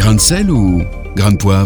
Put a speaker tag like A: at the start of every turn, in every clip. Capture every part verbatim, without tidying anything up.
A: Grain de sel ou grain de poivre ?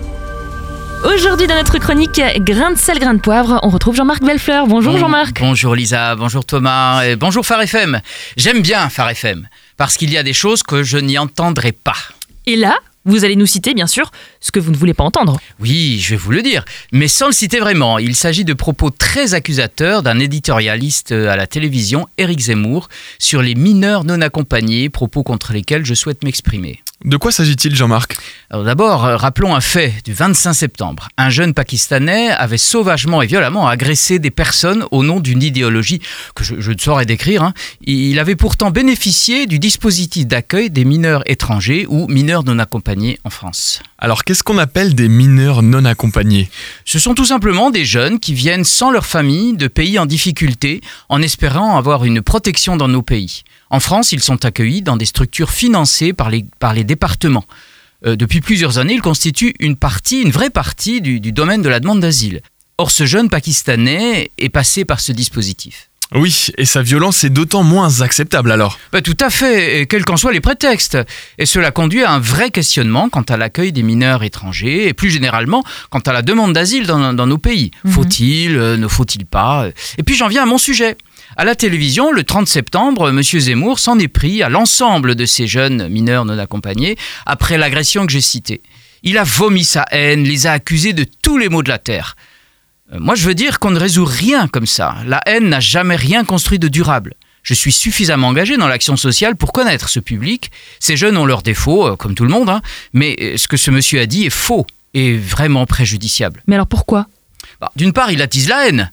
B: Aujourd'hui dans notre chronique Grain de sel, grain de poivre, on retrouve Jean-Marc Bellefleur. Bonjour
C: bon,
B: Jean-Marc.
C: Bonjour Lisa, bonjour Thomas, et bonjour Phare F M. J'aime bien Phare F M, parce qu'il y a des choses que je n'y entendrai pas.
B: Et là, vous allez nous citer bien sûr ce que vous ne voulez pas entendre.
C: Oui, je vais vous le dire, mais sans le citer vraiment. Il s'agit de propos très accusateurs d'un éditorialiste à la télévision, Éric Zemmour, sur les mineurs non accompagnés, propos contre lesquels je souhaite m'exprimer.
D: De quoi s'agit-il, Jean-Marc ?
C: Alors d'abord, rappelons un fait du vingt-cinq septembre. Un jeune Pakistanais avait sauvagement et violemment agressé des personnes au nom d'une idéologie que je, je ne saurais décrire. Hein. Il avait pourtant bénéficié du dispositif d'accueil des mineurs étrangers ou mineurs non accompagnés en France.
D: Alors, qu'est-ce qu'on appelle des mineurs non accompagnés ?
C: Ce sont tout simplement des jeunes qui viennent sans leur famille de pays en difficulté en espérant avoir une protection dans nos pays. En France, ils sont accueillis dans des structures financées par les, par les départements. Euh, depuis plusieurs années, ils constituent une partie, une vraie partie du, du domaine de la demande d'asile. Or, ce jeune Pakistanais est passé par ce dispositif.
D: Oui, et sa violence est d'autant moins acceptable alors.
C: Bah, tout à fait, et quels qu'en soient les prétextes. Et cela conduit à un vrai questionnement quant à l'accueil des mineurs étrangers, et plus généralement, quant à la demande d'asile dans, dans nos pays. Mmh. Faut-il, euh, ne faut-il pas ? Et puis j'en viens à mon sujet. À la télévision, le trente septembre, M. Zemmour s'en est pris à l'ensemble de ces jeunes mineurs non accompagnés après l'agression que j'ai citée. Il a vomi sa haine, les a accusés de tous les maux de la terre. Euh, moi, je veux dire qu'on ne résout rien comme ça. La haine n'a jamais rien construit de durable. Je suis suffisamment engagé dans l'action sociale pour connaître ce public. Ces jeunes ont leurs défauts, euh, comme tout le monde, hein, mais ce que ce monsieur a dit est faux et vraiment préjudiciable.
B: Mais alors pourquoi ?
C: Bah, d'une part, il attise la haine.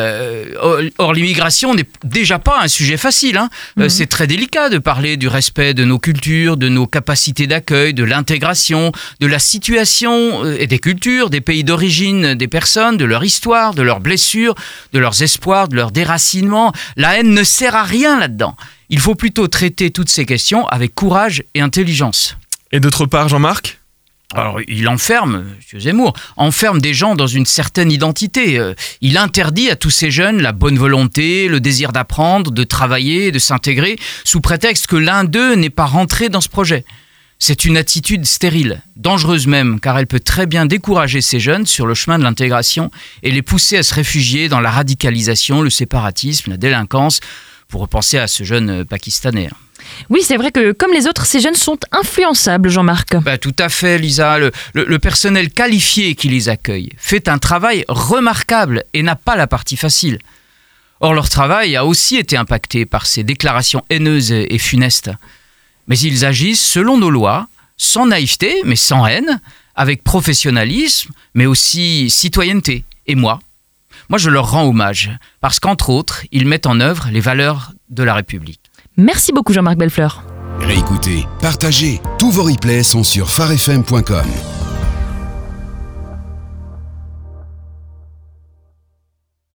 C: Euh, or, l'immigration n'est déjà pas un sujet facile. Hein. Mmh. Euh, c'est très délicat de parler du respect de nos cultures, de nos capacités d'accueil, de l'intégration, de la situation et des cultures, des pays d'origine des personnes, de leur histoire, de leurs blessures, de leurs espoirs, de leur déracinement. La haine ne sert à rien là-dedans. Il faut plutôt traiter toutes ces questions avec courage et intelligence.
D: Et d'autre part, Jean-Marc ?
C: Alors, il enferme, M. Zemmour, enferme des gens dans une certaine identité. Euh, il interdit à tous ces jeunes la bonne volonté, le désir d'apprendre, de travailler, de s'intégrer, sous prétexte que l'un d'eux n'est pas rentré dans ce projet. C'est une attitude stérile, dangereuse même, car elle peut très bien décourager ces jeunes sur le chemin de l'intégration et les pousser à se réfugier dans la radicalisation, le séparatisme, la délinquance, pour repenser à ce jeune Pakistanais.
B: Oui, c'est vrai que comme les autres, ces jeunes sont influençables, Jean-Marc.
C: Bah, tout à fait, Lisa. Le, le, le personnel qualifié qui les accueille fait un travail remarquable et n'a pas la partie facile. Or, leur travail a aussi été impacté par ces déclarations haineuses et funestes. Mais ils agissent selon nos lois, sans naïveté, mais sans haine, avec professionnalisme, mais aussi citoyenneté. Et moi, moi, je leur rends hommage, parce qu'entre autres, ils mettent en œuvre les valeurs de la République.
B: Merci beaucoup Jean-Marc Bellefleur.
A: Réécoutez, partagez, tous vos replays sont sur phare f m point com.